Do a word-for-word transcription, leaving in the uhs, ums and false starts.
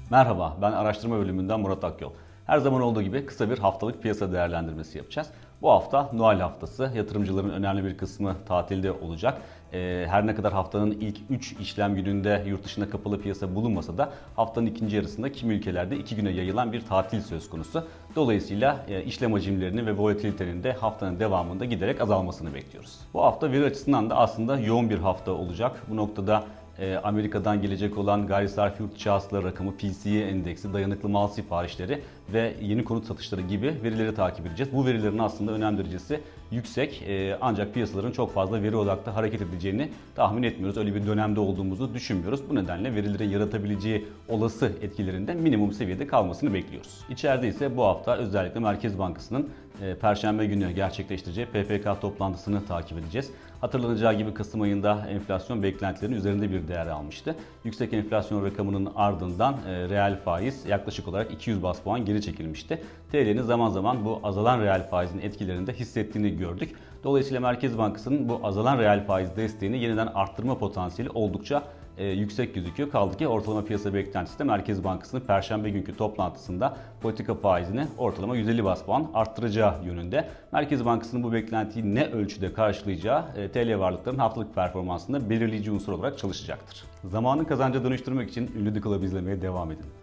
Merhaba, ben araştırma bölümünden Murat Akyol. Her zaman olduğu gibi kısa bir haftalık piyasa değerlendirmesi yapacağız. Bu hafta Noel haftası, yatırımcıların önemli bir kısmı tatilde olacak. Ee, her ne kadar haftanın ilk üç işlem gününde yurt dışında kapalı piyasa bulunmasa da haftanın ikinci yarısında kimi ülkelerde iki güne yayılan bir tatil söz konusu. Dolayısıyla e, işlem hacimlerinin ve volatilitenin de haftanın devamında giderek azalmasını bekliyoruz. Bu hafta veri açısından da aslında yoğun bir hafta olacak. Bu noktada Amerika'dan gelecek olan gayri safi yurt içi hasıla rakamı, P C E endeksi, dayanıklı mal siparişleri ve yeni konut satışları gibi verileri takip edeceğiz. Bu verilerin aslında önem derecesi yüksek, ancak piyasaların çok fazla veri odaklı hareket edeceğini tahmin etmiyoruz. Öyle bir dönemde olduğumuzu düşünmüyoruz. Bu nedenle verilerin yaratabileceği olası etkilerinde minimum seviyede kalmasını bekliyoruz. İçeride ise bu hafta özellikle Merkez Bankası'nın Perşembe günü gerçekleştireceği P P K toplantısını takip edeceğiz. Hatırlanacağı gibi Kasım ayında enflasyon beklentilerinin üzerinde bir değer almıştı. Yüksek enflasyon rakamının ardından reel faiz yaklaşık olarak iki yüz bas puan geri çekilmişti. T L'nin zaman zaman bu azalan reel faizin etkilerini de hissettiğini gördük. Dolayısıyla Merkez Bankası'nın bu azalan reel faiz desteğini yeniden arttırma potansiyeli oldukça e, yüksek gözüküyor. Kaldı ki ortalama piyasa beklentisi de Merkez Bankası'nın Perşembe günkü toplantısında politika faizini ortalama yüz elli bas puan arttıracağı yönünde. Merkez Bankası'nın bu beklentiyi ne ölçüde karşılayacağı e, T L varlıkların haftalık performansında belirleyici unsur olarak çalışacaktır. Zamanın kazanca dönüştürmek için ünlü The Club izlemeye devam edin.